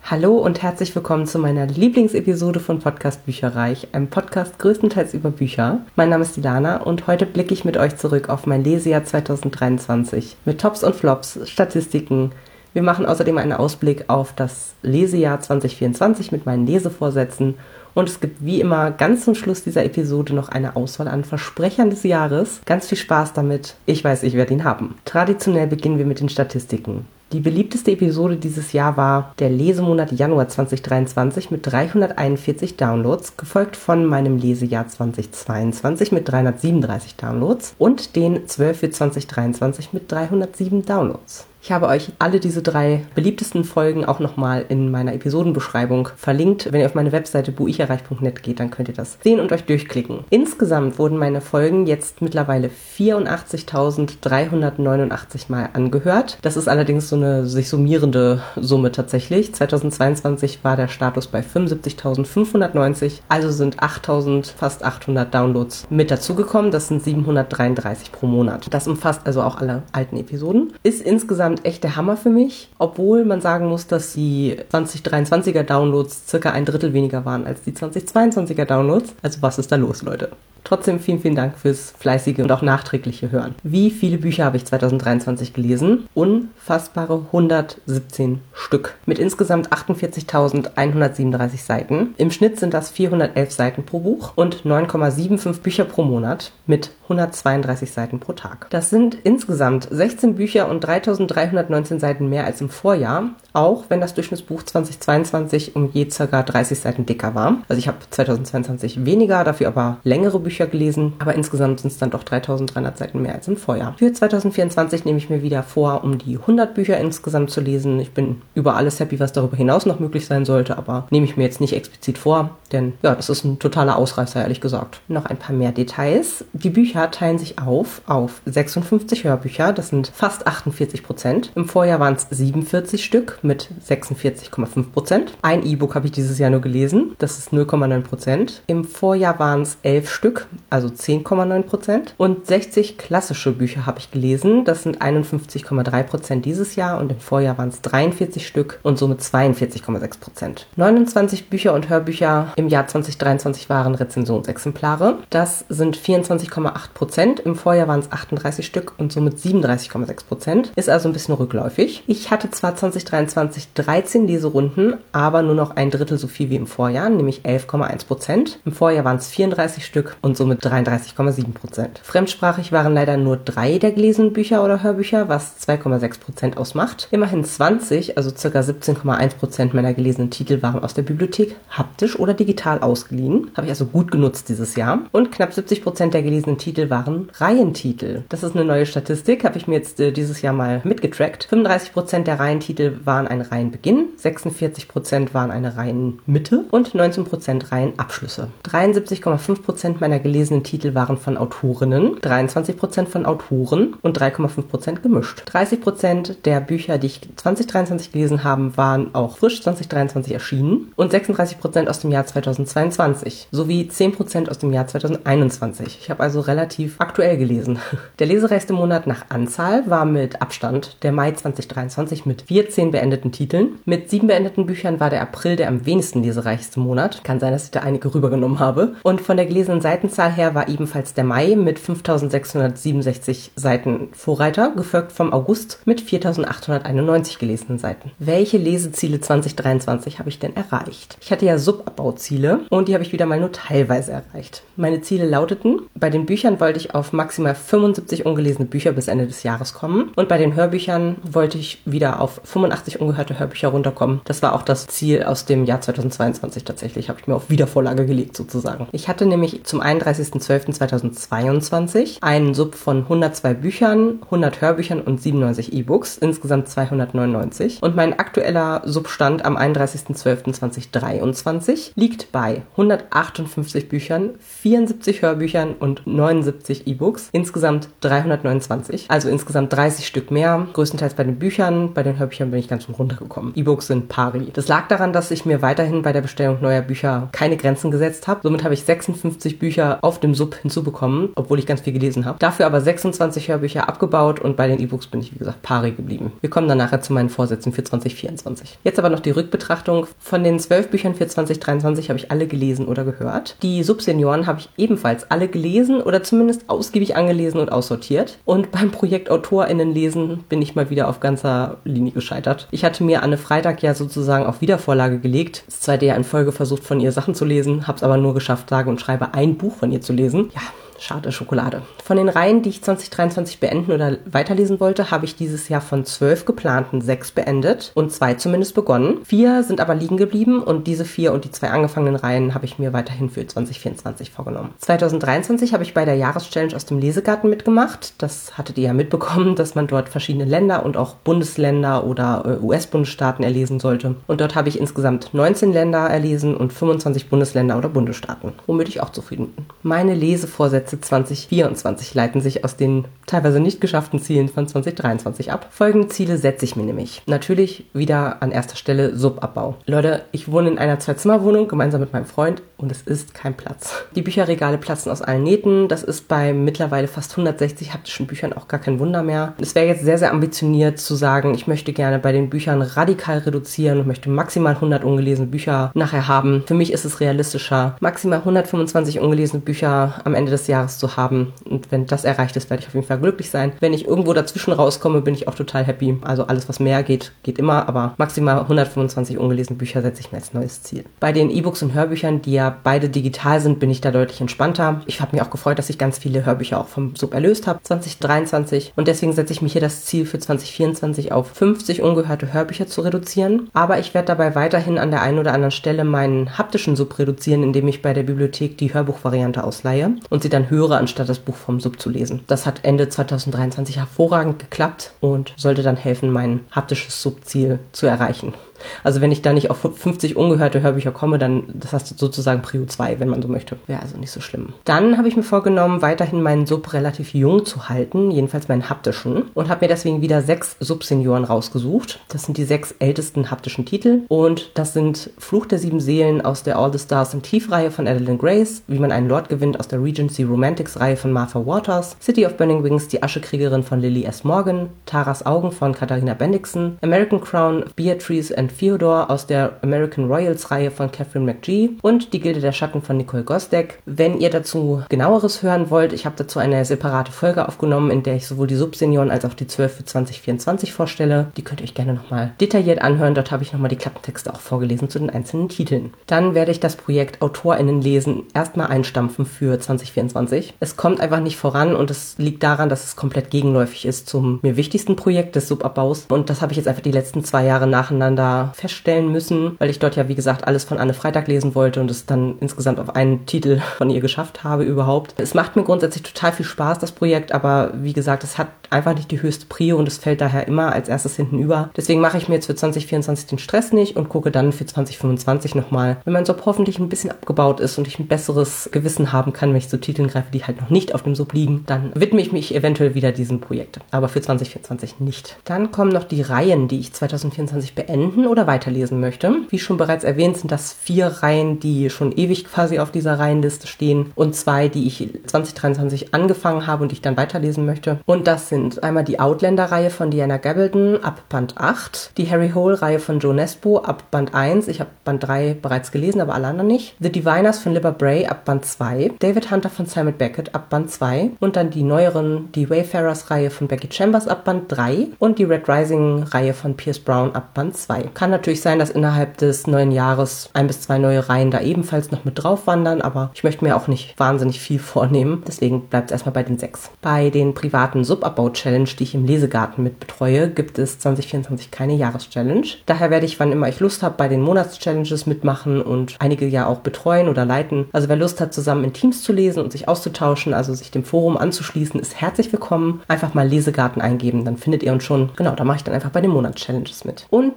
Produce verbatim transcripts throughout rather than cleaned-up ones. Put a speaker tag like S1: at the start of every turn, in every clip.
S1: Hallo und herzlich willkommen zu meiner Lieblingsepisode von Podcast Bücherreich, einem Podcast größtenteils über Bücher. Mein Name ist Ilana und heute blicke ich mit euch zurück auf mein Lesejahr zwanzig dreiundzwanzig mit Tops und Flops, Statistiken. Wir machen außerdem einen Ausblick auf das Lesejahr zwanzig vierundzwanzig mit meinen Lesevorsätzen und es gibt wie immer ganz zum Schluss dieser Episode noch eine Auswahl an Versprechern des Jahres. Ganz viel Spaß damit. Ich weiß, ich werde ihn haben. Traditionell beginnen wir mit den Statistiken. Die beliebteste Episode dieses Jahr war der Lesemonat Januar zwanzig dreiundzwanzig mit dreihunderteinundvierzig Downloads, gefolgt von meinem Lesejahr zwanzig zweiundzwanzig mit dreihundertsiebenunddreißig Downloads und den zwölf für zwanzig dreiundzwanzig mit dreihundertsieben Downloads. Ich habe euch alle diese drei beliebtesten Folgen auch nochmal in meiner Episodenbeschreibung verlinkt. Wenn ihr auf meine Webseite buicherreich punkt net geht, dann könnt ihr das sehen und euch durchklicken. Insgesamt wurden meine Folgen jetzt mittlerweile vierundachtzigtausenddreihundertneunundachtzig Mal angehört. Das ist allerdings so eine sich summierende Summe tatsächlich. zweitausendzweiundzwanzig war der Status bei fünfundsiebzigtausendfünfhundertneunzig, also sind achttausend, fast achthundert Downloads mit dazugekommen. Das sind siebenhundertdreiunddreißig pro Monat. Das umfasst also auch alle alten Episoden. Ist insgesamt echt der Hammer für mich, obwohl man sagen muss, dass die zwanzig dreiundzwanziger Downloads circa ein Drittel weniger waren als die zwanzig zweiundzwanziger Downloads. Also was ist da los, Leute? Trotzdem vielen, vielen Dank fürs fleißige und auch nachträgliche Hören. Wie viele Bücher habe ich zwanzig dreiundzwanzig gelesen? Unfassbare hundertsiebzehn Stück mit insgesamt achtundvierzigtausendeinhundertsiebenunddreißig Seiten. Im Schnitt sind das vierhundertelf Seiten pro Buch und neun Komma fünfundsiebzig Bücher pro Monat mit hundertzweiunddreißig Seiten pro Tag. Das sind insgesamt sechzehn Bücher und dreitausenddreihundertneunzehn Seiten mehr als im Vorjahr, auch wenn das Durchschnittsbuch zwanzig zweiundzwanzig um je ca. dreißig Seiten dicker war. Also ich habe zweitausendzweiundzwanzig weniger, dafür aber längere Bücher gelesen, aber insgesamt sind es dann doch dreitausenddreihundert Seiten mehr als im Vorjahr. Für zwanzig vierundzwanzig nehme ich mir wieder vor, um die hundert Bücher insgesamt zu lesen. Ich bin über alles happy, was darüber hinaus noch möglich sein sollte, aber nehme ich mir jetzt nicht explizit vor, denn ja, das ist ein totaler Ausreißer, ehrlich gesagt. Noch ein paar mehr Details. Die Bücher teilen sich auf auf sechsundfünfzig Hörbücher, das sind fast achtundvierzig Prozent. Im Vorjahr waren es siebenundvierzig Stück mit sechsundvierzig Komma fünf Prozent. Ein E-Book habe ich dieses Jahr nur gelesen, das ist null Komma neun Prozent. Im Vorjahr waren es elf Stück, also zehn Komma neun Prozent. Und sechzig klassische Bücher habe ich gelesen. Das sind einundfünfzig Komma drei Prozent dieses Jahr und im Vorjahr waren es dreiundvierzig Stück und somit zweiundvierzig Komma sechs Prozent. neunundzwanzig Bücher und Hörbücher im Jahr zwanzig dreiundzwanzig waren Rezensionsexemplare. Das sind vierundzwanzig Komma acht Prozent. Im Vorjahr waren es achtunddreißig Stück und somit siebenunddreißig Komma sechs Prozent. Ist also ein bisschen rückläufig. Ich hatte zwar zwanzig dreiundzwanzig dreizehn Leserunden, aber nur noch ein Drittel so viel wie im Vorjahr, nämlich elf Komma eins Prozent. Im Vorjahr waren es vierunddreißig Stück und somit dreiunddreißig Komma sieben Prozent. Fremdsprachig waren leider nur drei der gelesenen Bücher oder Hörbücher, was zwei Komma sechs Prozent ausmacht. Immerhin zwanzig, also ca. siebzehn Komma eins Prozent meiner gelesenen Titel waren aus der Bibliothek haptisch oder digital ausgeliehen. Habe ich also gut genutzt dieses Jahr. Und knapp siebzig Prozent der gelesenen Titel waren Reihentitel. Das ist eine neue Statistik, habe ich mir jetzt äh, dieses Jahr mal mitgetrackt. fünfunddreißig Prozent der Reihentitel waren ein Reihenbeginn, sechsundvierzig Prozent waren eine Reihenmitte und neunzehn Prozent Reihenabschlüsse. dreiundsiebzig Komma fünf Prozent meiner gelesenen Titel waren von Autorinnen, dreiundzwanzig Prozent von Autoren und drei Komma fünf Prozent gemischt. dreißig Prozent der Bücher, die ich zwanzig dreiundzwanzig gelesen habe, waren auch frisch zwanzig dreiundzwanzig erschienen und sechsunddreißig Prozent aus dem Jahr zweitausendzweiundzwanzig sowie zehn Prozent aus dem Jahr zweitausendeinundzwanzig. Ich habe also relativ aktuell gelesen. Der lesereichste Monat nach Anzahl war mit Abstand der Mai zwanzig dreiundzwanzig mit vierzehn beendeten Titeln. Mit sieben beendeten Büchern war der April der am wenigsten lesereichste Monat. Kann sein, dass ich da einige rübergenommen habe. Und von der gelesenen Seitenzahl her war ebenfalls der Mai mit fünftausendsechshundertsiebenundsechzig Seiten Vorreiter, gefolgt vom August mit viertausendachthunderteinundneunzig gelesenen Seiten. Welche Leseziele zwanzig dreiundzwanzig habe ich denn erreicht? Ich hatte ja Subabbauziele und die habe ich wieder mal nur teilweise erreicht. Meine Ziele lauteten: Bei den Büchern wollte ich auf maximal fünfundsiebzig ungelesene Bücher bis Ende des Jahres kommen und bei den Hörbüchern wollte ich wieder auf fünfundachtzig ungehörte Hörbücher runterkommen. Das war auch das Ziel aus dem Jahr zweitausendzweiundzwanzig tatsächlich, habe ich mir auf Wiedervorlage gelegt sozusagen. Ich hatte nämlich zum einunddreißigsten zwölften zweitausendzweiundzwanzig einen Sub von hundertzwei Büchern, hundert Hörbüchern und siebenundneunzig E-Books, insgesamt zweihundertneunundneunzig. Und mein aktueller Substand am einunddreißigsten zwölften zweitausenddreiundzwanzig liegt bei hundertachtundfünfzig Büchern, vierundsiebzig Hörbüchern und neunundsiebzig E-Books, insgesamt dreihundertneunundzwanzig, also insgesamt dreißig Stück mehr, größtenteils bei den Büchern. Bei den Hörbüchern bin ich ganz langsam runtergekommen. E-Books sind pari. Das lag daran, dass ich mir weiterhin bei der Bestellung neuer Bücher keine Grenzen gesetzt habe. Somit habe ich sechsundfünfzig Bücher auf dem Sub hinzubekommen, obwohl ich ganz viel gelesen habe. Dafür aber sechsundzwanzig Hörbücher abgebaut und bei den E-Books bin ich, wie gesagt, pari geblieben. Wir kommen dann nachher zu meinen Vorsätzen für zwanzig vierundzwanzig. Jetzt aber noch die Rückbetrachtung. Von den zwölf Büchern für zwanzig dreiundzwanzig habe ich alle gelesen oder gehört. Die Subsenioren habe ich ebenfalls alle gelesen oder zumindest ausgiebig angelesen und aussortiert. Und beim Projekt AutorInnen lesen bin ich mal wieder auf ganzer Linie gescheitert. Ich hatte mir Anne Freitag ja sozusagen auf Wiedervorlage gelegt. Das zweite Jahr in Folge versucht, von ihr Sachen zu lesen, habe es aber nur geschafft, sage und schreibe ein Buch von ihr zu lesen. Ja, schade Schokolade. Von den Reihen, die ich zwanzig dreiundzwanzig beenden oder weiterlesen wollte, habe ich dieses Jahr von zwölf geplanten sechs beendet und zwei zumindest begonnen. Vier sind aber liegen geblieben und diese vier und die zwei angefangenen Reihen habe ich mir weiterhin für zwanzig vierundzwanzig vorgenommen. zwanzig dreiundzwanzig habe ich bei der Jahreschallenge aus dem Lesegarten mitgemacht. Das hattet ihr ja mitbekommen, dass man dort verschiedene Länder und auch Bundesländer oder U S-Bundesstaaten erlesen sollte. Und dort habe ich insgesamt neunzehn Länder erlesen und fünfundzwanzig Bundesländer oder Bundesstaaten, womit ich auch zufrieden bin. Meine Lesevorsätze zwanzig vierundzwanzig leiten sich aus den teilweise nicht geschafften Zielen von zwanzig dreiundzwanzig ab. Folgende Ziele setze ich mir nämlich. Natürlich wieder an erster Stelle Subabbau. Leute, ich wohne in einer Zwei-Zimmer-Wohnung gemeinsam mit meinem Freund und es ist kein Platz. Die Bücherregale platzen aus allen Nähten. Das ist bei mittlerweile fast hundertsechzig haptischen Büchern auch gar kein Wunder mehr. Es wäre jetzt sehr, sehr ambitioniert zu sagen, ich möchte gerne bei den Büchern radikal reduzieren und möchte maximal hundert ungelesene Bücher nachher haben. Für mich ist es realistischer, maximal hundertfünfundzwanzig ungelesene Bücher am Ende des Jahres zu haben. Und wenn das erreicht ist, werde ich auf jeden Fall glücklich sein. Wenn ich irgendwo dazwischen rauskomme, bin ich auch total happy. Also alles, was mehr geht, geht immer, aber maximal hundertfünfundzwanzig ungelesene Bücher setze ich mir als neues Ziel. Bei den E-Books und Hörbüchern, die ja beide digital sind, bin ich da deutlich entspannter. Ich habe mich auch gefreut, dass ich ganz viele Hörbücher auch vom Sub erlöst habe, zwanzig dreiundzwanzig. Und deswegen setze ich mir hier das Ziel für zwanzig vierundzwanzig auf fünfzig ungehörte Hörbücher zu reduzieren. Aber ich werde dabei weiterhin an der einen oder anderen Stelle meinen haptischen Sub reduzieren, indem ich bei der Bibliothek die Hörbuchvariante ausleihe und sie dann höre, anstatt das Buch vom Sub zu lesen. Das hat Ende zwanzig dreiundzwanzig hervorragend geklappt und sollte dann helfen, mein haptisches Subziel zu erreichen. Also wenn ich da nicht auf fünfzig ungehörte Hörbücher komme, dann das hast du sozusagen Prio zwei, wenn man so möchte. Wäre also nicht so schlimm. Dann habe ich mir vorgenommen, weiterhin meinen Sub relativ jung zu halten, jedenfalls meinen haptischen, und habe mir deswegen wieder sechs Subsenioren rausgesucht. Das sind die sechs ältesten haptischen Titel und das sind Fluch der sieben Seelen aus der All the Stars in Tief-Reihe von Adeline Grace, Wie man einen Lord gewinnt aus der Regency Romantics-Reihe von Martha Waters, City of Burning Wings, Die Aschekriegerin von Lily S. Morgan, Taras Augen von Katharina Bendixen, American Crown, Beatrice and Theodore aus der American Royals Reihe von Catherine McGee und Die Gilde der Schatten von Nicole Gosdek. Wenn ihr dazu genaueres hören wollt, ich habe dazu eine separate Folge aufgenommen, in der ich sowohl die Subsenioren als auch die zwölf für zwanzig vierundzwanzig vorstelle. Die könnt ihr euch gerne nochmal detailliert anhören. Dort habe ich nochmal die Klappentexte auch vorgelesen zu den einzelnen Titeln. Dann werde ich das Projekt AutorInnen lesen erstmal einstampfen für zwanzig vierundzwanzig. Es kommt einfach nicht voran und es liegt daran, dass es komplett gegenläufig ist zum mir wichtigsten Projekt des Subabbaus. Und das habe ich jetzt einfach die letzten zwei Jahre nacheinander feststellen müssen, weil ich dort ja, wie gesagt, alles von Anne Freitag lesen wollte und es dann insgesamt auf einen Titel von ihr geschafft habe überhaupt. Es macht mir grundsätzlich total viel Spaß, das Projekt, aber wie gesagt, es hat einfach nicht die höchste Prio und es fällt daher immer als erstes hinten über. Deswegen mache ich mir jetzt für zwanzig vierundzwanzig den Stress nicht und gucke dann für zwanzig fünfundzwanzig nochmal, wenn mein Sub hoffentlich ein bisschen abgebaut ist und ich ein besseres Gewissen haben kann, wenn ich zu Titeln greife, die halt noch nicht auf dem Sub liegen, dann widme ich mich eventuell wieder diesem Projekt. Aber für zwanzig vierundzwanzig nicht. Dann kommen noch die Reihen, die ich zwanzig vierundzwanzig beenden oder weiterlesen möchte. Wie schon bereits erwähnt, sind das vier Reihen, die schon ewig quasi auf dieser Reihenliste stehen und zwei, die ich zwanzig dreiundzwanzig angefangen habe und die ich dann weiterlesen möchte. Und das sind einmal die Outlander-Reihe von Diana Gabaldon ab Band acht, die Harry Hole-Reihe von Joe Nesbo ab Band eins, ich habe Band drei bereits gelesen, aber alle anderen nicht, The Diviners von Libba Bray ab Band zwei, David Hunter von Simon Beckett ab Band zwei und dann die neueren, die Wayfarers-Reihe von Becky Chambers ab Band drei und die Red Rising-Reihe von Pierce Brown ab Band zwei. Kann natürlich sein, dass innerhalb des neuen Jahres ein bis zwei neue Reihen da ebenfalls noch mit drauf wandern, aber ich möchte mir auch nicht wahnsinnig viel vornehmen, deswegen bleibt es erstmal bei den sechs. Bei den privaten Subabbau-Challenge, die ich im Lesegarten mit betreue, gibt es zwanzig vierundzwanzig keine Jahreschallenge. Daher werde ich, wann immer ich Lust habe, bei den Monatschallenges mitmachen und einige ja auch betreuen oder leiten. Also wer Lust hat, zusammen in Teams zu lesen und sich auszutauschen, also sich dem Forum anzuschließen, ist herzlich willkommen. Einfach mal Lesegarten eingeben, dann findet ihr uns schon. Genau, da mache ich dann einfach bei den Monatschallenges mit. Und dann haben wir noch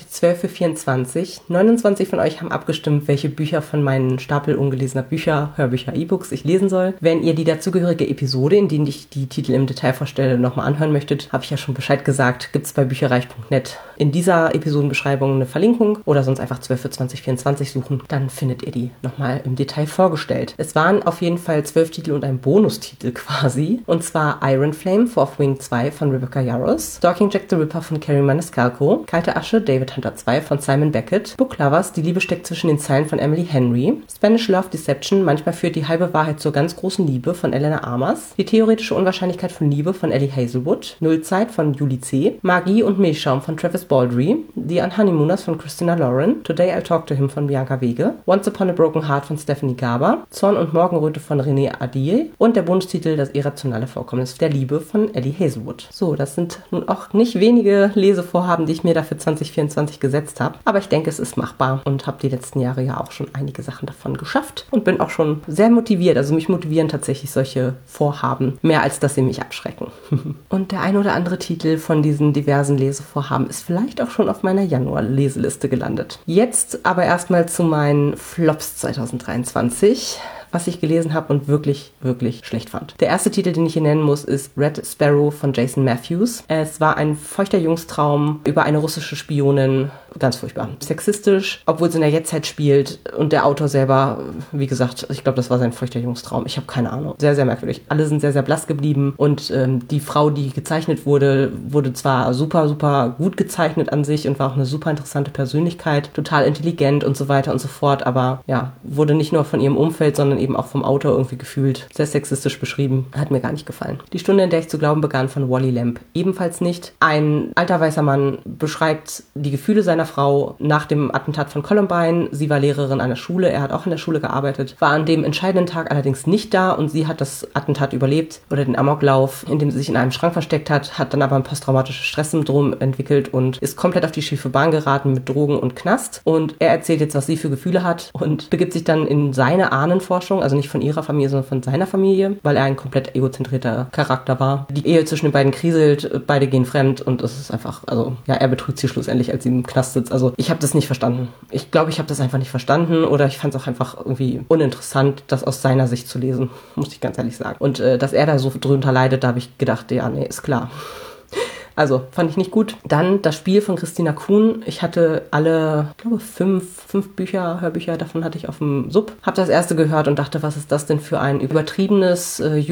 S1: die zwölf für vierundzwanzig. neunundzwanzig von euch haben abgestimmt, welche Bücher von meinen Stapel ungelesener Bücher, Hörbücher, E-Books ich lesen soll. Wenn ihr die dazugehörige Episode, in denen ich die Titel im Detail vorstelle, nochmal anhören möchtet, habe ich ja schon Bescheid gesagt, gibt es bei bücherreich punkt net in dieser Episodenbeschreibung eine Verlinkung oder sonst einfach zwölf für zwanzig vierundzwanzig suchen, dann findet ihr die nochmal im Detail vorgestellt. Es waren auf jeden Fall zwölf Titel und ein Bonustitel quasi, und zwar Iron Flame, Fourth Wing zwei von Rebecca Yarros, Stalking Jack the Ripper von Kerry Maniscalco, Kalte Asche, David Hunter zwei von Simon Beckett, Book Lovers, Die Liebe steckt zwischen den Zeilen von Emily Henry, Spanish Love Deception, manchmal führt die halbe Wahrheit zur ganz großen Liebe von Elena Amas, Die theoretische Unwahrscheinlichkeit von Liebe von Ellie Hazelwood, Nullzeit von Julie C., Magie und Milchschaum von Travis Baldry, The Unhoneymooners von Christina Lauren, Today I'll Talk to Him von Bianca Wege, Once Upon a Broken Heart von Stephanie Garber, Zorn und Morgenröte von René Adil und der Bonustitel Das irrationale Vorkommnis der Liebe von Ellie Hazelwood. So, das sind nun auch nicht wenige Lesevorhaben, die ich mir dafür zwanzig vierundzwanzig gesetzt habe, aber ich denke, es ist machbar und habe die letzten Jahre ja auch schon einige Sachen davon geschafft und bin auch schon sehr motiviert. Also mich motivieren tatsächlich solche Vorhaben, mehr als dass sie mich abschrecken. Und der ein oder andere Titel von diesen diversen Lesevorhaben ist vielleicht auch schon auf meiner Januar-Leseliste gelandet. Jetzt aber erstmal zu meinen Flops zwanzig dreiundzwanzig, was ich gelesen habe und wirklich, wirklich schlecht fand. Der erste Titel, den ich hier nennen muss, ist Red Sparrow von Jason Matthews. Es war ein feuchter Jungstraum über eine russische Spionin, ganz furchtbar. Sexistisch, obwohl es in der Jetztzeit spielt und der Autor selber, wie gesagt, ich glaube, das war sein feuchter Jungstraum. Ich habe keine Ahnung. Sehr, sehr merkwürdig. Alle sind sehr, sehr blass geblieben und ähm, die Frau, die gezeichnet wurde, wurde zwar super, super gut gezeichnet an sich und war auch eine super interessante Persönlichkeit, total intelligent und so weiter und so fort, aber ja, wurde nicht nur von ihrem Umfeld, sondern eben auch vom Autor irgendwie gefühlt sehr sexistisch beschrieben. Hat mir gar nicht gefallen. Die Stunde, in der ich zu glauben begann, von Wally Lamb. Ebenfalls nicht. Ein alter weißer Mann beschreibt die Gefühle seiner Frau nach dem Attentat von Columbine. Sie war Lehrerin an der Schule, er hat auch in der Schule gearbeitet, war an dem entscheidenden Tag allerdings nicht da und sie hat das Attentat überlebt oder den Amoklauf, in dem sie sich in einem Schrank versteckt hat, hat dann aber ein posttraumatisches Stresssyndrom entwickelt und ist komplett auf die schiefe Bahn geraten mit Drogen und Knast. Und er erzählt jetzt, was sie für Gefühle hat und begibt sich dann in seine Ahnenforschung, also nicht von ihrer Familie, sondern von seiner Familie, weil er ein komplett egozentrierter Charakter war. Die Ehe zwischen den beiden kriselt, beide gehen fremd und es ist einfach, also ja, er betrügt sie schlussendlich, als sie im Knast sitzt. Also ich habe das nicht verstanden. Ich glaube, ich habe das einfach nicht verstanden oder ich fand es auch einfach irgendwie uninteressant, das aus seiner Sicht zu lesen, muss ich ganz ehrlich sagen. Und äh, dass er da so drunter leidet, da habe ich gedacht, ja, nee, ist klar. Also, fand ich nicht gut. Dann das Spiel von Christina Kuhn. Ich hatte alle, ich glaube, fünf, fünf Bücher, Hörbücher davon hatte ich auf dem Sub. Hab das erste gehört und dachte, was ist das denn für ein übertriebenes äh,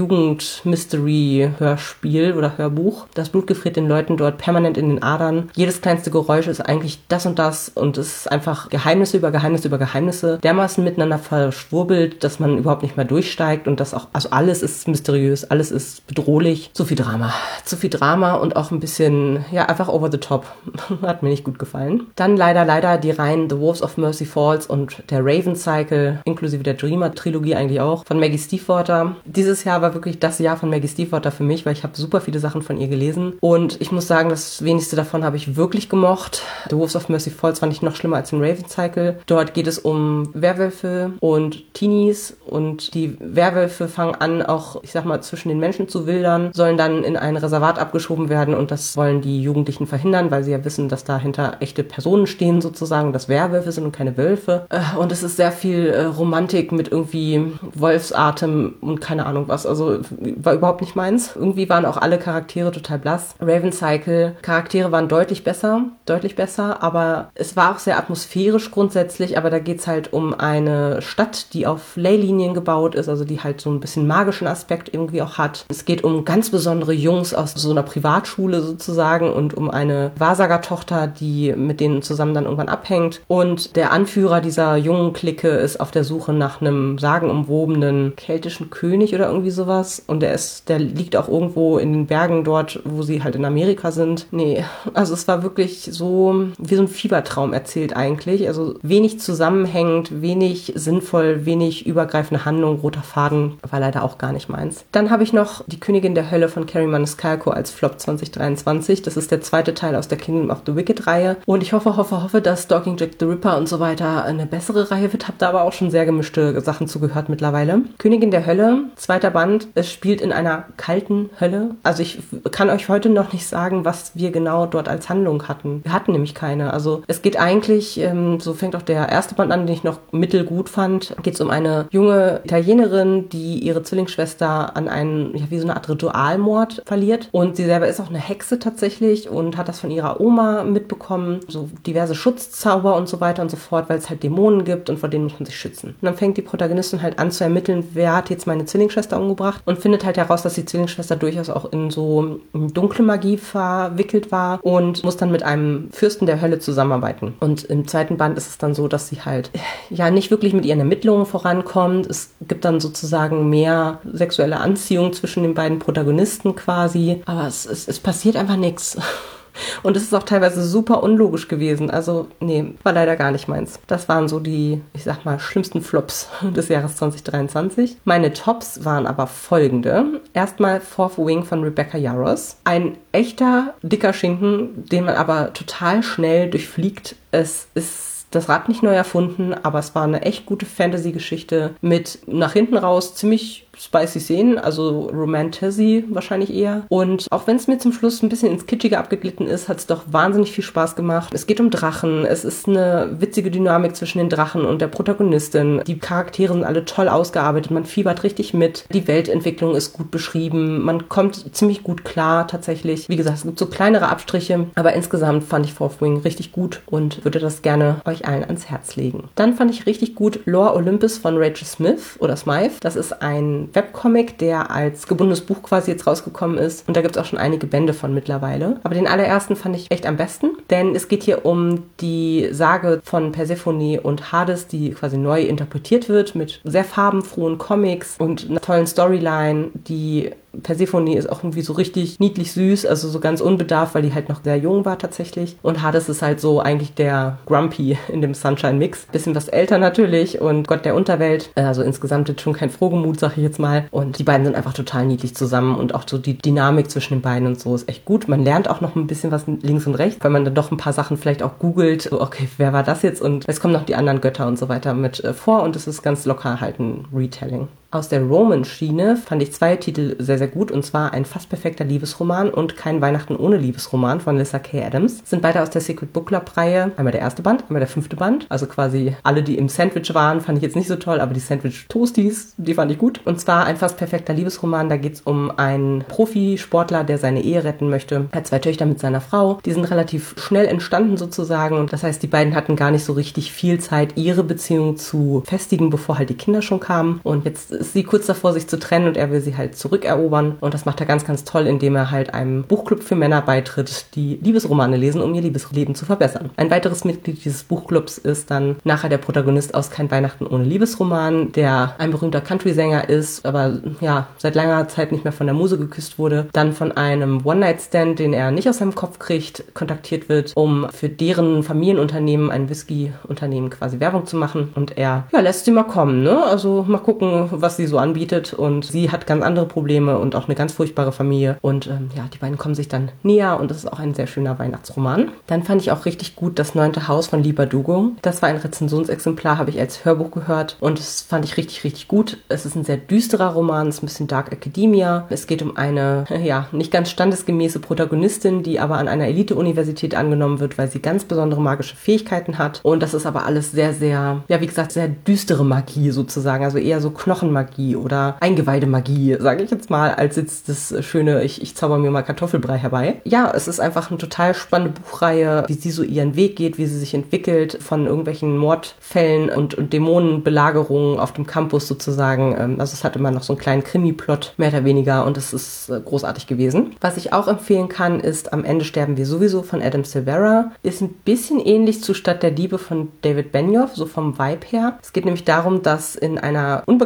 S1: Jugend-Mystery-Hörspiel oder Hörbuch. Das Blut gefriert den Leuten dort permanent in den Adern. Jedes kleinste Geräusch ist eigentlich das und das und es ist einfach Geheimnisse über Geheimnisse über Geheimnisse. Dermaßen miteinander verschwurbelt, dass man überhaupt nicht mehr durchsteigt und das auch, also alles ist mysteriös, alles ist bedrohlich. Zu viel Drama. Zu viel Drama und auch ein bisschen bisschen, ja, einfach over the top. Hat mir nicht gut gefallen. Dann leider, leider die Reihen The Wolves of Mercy Falls und der Raven Cycle, inklusive der Dreamer-Trilogie eigentlich auch, von Maggie Stiefwater. Dieses Jahr war wirklich das Jahr von Maggie Stiefwater für mich, weil ich habe super viele Sachen von ihr gelesen und ich muss sagen, das wenigste davon habe ich wirklich gemocht. The Wolves of Mercy Falls fand ich noch schlimmer als den Raven Cycle. Dort geht es um Werwölfe und Teenies und die Werwölfe fangen an, auch, ich sag mal, zwischen den Menschen zu wildern, sollen dann in ein Reservat abgeschoben werden und das wollen die Jugendlichen verhindern, weil sie ja wissen, dass dahinter echte Personen stehen sozusagen, dass Werwölfe sind und keine Wölfe. Und es ist sehr viel Romantik mit irgendwie Wolfsatem und keine Ahnung was. Also war überhaupt nicht meins. Irgendwie waren auch alle Charaktere total blass. Raven Cycle, Charaktere waren deutlich besser, deutlich besser, aber es war auch sehr atmosphärisch grundsätzlich, aber da geht's halt um eine Stadt, die auf Leylinien gebaut ist, also die halt so ein bisschen magischen Aspekt irgendwie auch hat. Es geht um ganz besondere Jungs aus so einer Privatschule sozusagen und um eine Wahrsagertochter, die mit denen zusammen dann irgendwann abhängt. Und der Anführer dieser jungen Clique ist auf der Suche nach einem sagenumwobenen keltischen König oder irgendwie sowas. Und der ist, der liegt auch irgendwo in den Bergen dort, wo sie halt in Amerika sind. Nee, also es war wirklich so wie so ein Fiebertraum erzählt eigentlich. Also wenig zusammenhängend, wenig sinnvoll, wenig übergreifende Handlung, roter Faden, war leider auch gar nicht meins. Dann habe ich noch Die Königin der Hölle von Kerry Maniscalco als Flop zwanzig dreiundzwanzig dreiundzwanzig. Das ist der zweite Teil aus der Kingdom of the Wicked-Reihe. Und ich hoffe, hoffe, hoffe, dass Stalking Jack the Ripper und so weiter eine bessere Reihe wird. Hab da aber auch schon sehr gemischte Sachen zugehört mittlerweile. Königin der Hölle, zweiter Band. Es spielt in einer kalten Hölle. Also ich kann euch heute noch nicht sagen, was wir genau dort als Handlung hatten. Wir hatten nämlich keine. Also es geht eigentlich, ähm, so fängt auch der erste Band an, den ich noch mittelgut fand, geht es um eine junge Italienerin, die ihre Zwillingsschwester an einen, ja, wie so eine Art Ritualmord verliert. Und sie selber ist auch eine Hexe tatsächlich und hat das von ihrer Oma mitbekommen. So diverse Schutzzauber und so weiter und so fort, weil es halt Dämonen gibt und vor denen muss man sich schützen. Und dann fängt die Protagonistin halt an zu ermitteln, wer hat jetzt meine Zwillingsschwester umgebracht und findet halt heraus, dass die Zwillingsschwester durchaus auch in so dunkle Magie verwickelt war und muss dann mit einem Fürsten der Hölle zusammenarbeiten. Und im zweiten Band ist es dann so, dass sie halt ja nicht wirklich mit ihren Ermittlungen vorankommt. Es gibt dann sozusagen mehr sexuelle Anziehung zwischen den beiden Protagonisten quasi, aber es, es, es passiert einfach nichts. Und es ist auch teilweise super unlogisch gewesen. Also, nee, war leider gar nicht meins. Das waren so die, ich sag mal, schlimmsten Flops des Jahres zwanzig dreiundzwanzig. Meine Tops waren aber folgende. Erstmal Fourth Wing von Rebecca Yarros. Ein echter, dicker Schinken, den man aber total schnell durchfliegt. Es ist das Rad nicht neu erfunden, aber es war eine echt gute Fantasy-Geschichte mit nach hinten raus ziemlich spicy Szenen, also Romantasy wahrscheinlich eher. Und auch wenn es mir zum Schluss ein bisschen ins Kitschige abgeglitten ist, hat es doch wahnsinnig viel Spaß gemacht. Es geht um Drachen, es ist eine witzige Dynamik zwischen den Drachen und der Protagonistin. Die Charaktere sind alle toll ausgearbeitet, man fiebert richtig mit. Die Weltentwicklung ist gut beschrieben, man kommt ziemlich gut klar tatsächlich. Wie gesagt, es gibt so kleinere Abstriche, aber insgesamt fand ich Fourth Wing richtig gut und würde das gerne euch allen ans Herz legen. Dann fand ich richtig gut Lore Olympus von Rachel Smith oder Smythe. Das ist ein Webcomic, der als gebundenes Buch quasi jetzt rausgekommen ist. Und da gibt es auch schon einige Bände von mittlerweile. Aber den allerersten fand ich echt am besten, denn es geht hier um die Sage von Persephone und Hades, die quasi neu interpretiert wird mit sehr farbenfrohen Comics und einer tollen Storyline. Die Persephone ist auch irgendwie so richtig niedlich süß, also so ganz unbedarft, weil die halt noch sehr jung war tatsächlich. Und Hades ist halt so eigentlich der Grumpy in dem Sunshine-Mix. Bisschen was älter natürlich und Gott der Unterwelt. Also insgesamt jetzt schon kein Frohgemut, sag ich jetzt mal. Und die beiden sind einfach total niedlich zusammen und auch so die Dynamik zwischen den beiden und so ist echt gut. Man lernt auch noch ein bisschen was links und rechts, weil man dann doch ein paar Sachen vielleicht auch googelt. So, okay, wer war das jetzt? Und es kommen noch die anderen Götter und so weiter mit vor und es ist ganz locker halt ein Retelling. Aus der Roman-Schiene fand ich zwei Titel sehr, sehr gut, und zwar Ein fast perfekter Liebesroman und Kein Weihnachten ohne Liebesroman von Lyssa Kay Adams. Sind beide aus der Secret Book Club-Reihe. Einmal der erste Band, einmal der fünfte Band. Also quasi alle, die im Sandwich waren, fand ich jetzt nicht so toll, aber die Sandwich-Toasties, die fand ich gut. Und zwar Ein fast perfekter Liebesroman, da geht es um einen Profisportler, der seine Ehe retten möchte. Er hat zwei Töchter mit seiner Frau. Die sind relativ schnell entstanden sozusagen, und das heißt, die beiden hatten gar nicht so richtig viel Zeit, ihre Beziehung zu festigen, bevor halt die Kinder schon kamen. Und jetzt ist sie kurz davor, sich zu trennen, und er will sie halt zurückerobern. Und das macht er ganz, ganz toll, indem er halt einem Buchclub für Männer beitritt, die Liebesromane lesen, um ihr Liebesleben zu verbessern. Ein weiteres Mitglied dieses Buchclubs ist dann nachher der Protagonist aus Kein Weihnachten ohne Liebesroman, der ein berühmter Country-Sänger ist, aber ja, seit langer Zeit nicht mehr von der Muse geküsst wurde. Dann von einem One-Night-Stand, den er nicht aus seinem Kopf kriegt, kontaktiert wird, um für deren Familienunternehmen, ein Whisky-Unternehmen quasi Werbung zu machen. Und er, ja, lässt sie mal kommen, ne? Also mal gucken, was sie so anbietet, und sie hat ganz andere Probleme und auch eine ganz furchtbare Familie, und ähm, ja, die beiden kommen sich dann näher, und das ist auch ein sehr schöner Weihnachtsroman. Dann fand ich auch richtig gut Das neunte Haus von Lee Bardugo. Das war ein Rezensionsexemplar, habe ich als Hörbuch gehört, und das fand ich richtig, richtig gut. Es ist ein sehr düsterer Roman, es ist ein bisschen Dark Academia. Es geht um eine, ja, nicht ganz standesgemäße Protagonistin, die aber an einer Elite-Universität angenommen wird, weil sie ganz besondere magische Fähigkeiten hat, und das ist aber alles sehr, sehr, ja, wie gesagt, sehr düstere Magie sozusagen, also eher so Knochenmagie oder Eingeweidemagie, sage ich jetzt mal, als jetzt das schöne, ich, ich zauber mir mal Kartoffelbrei herbei. Ja, es ist einfach eine total spannende Buchreihe, wie sie so ihren Weg geht, wie sie sich entwickelt von irgendwelchen Mordfällen und, und Dämonenbelagerungen auf dem Campus sozusagen. Also es hat immer noch so einen kleinen Krimi-Plot, mehr oder weniger, und es ist großartig gewesen. Was ich auch empfehlen kann, ist Am Ende sterben wir sowieso von Adam Silvera. Ist ein bisschen ähnlich zu Stadt der Diebe von David Benioff, so vom Vibe her. Es geht nämlich darum, dass in einer unbekannten Zukunft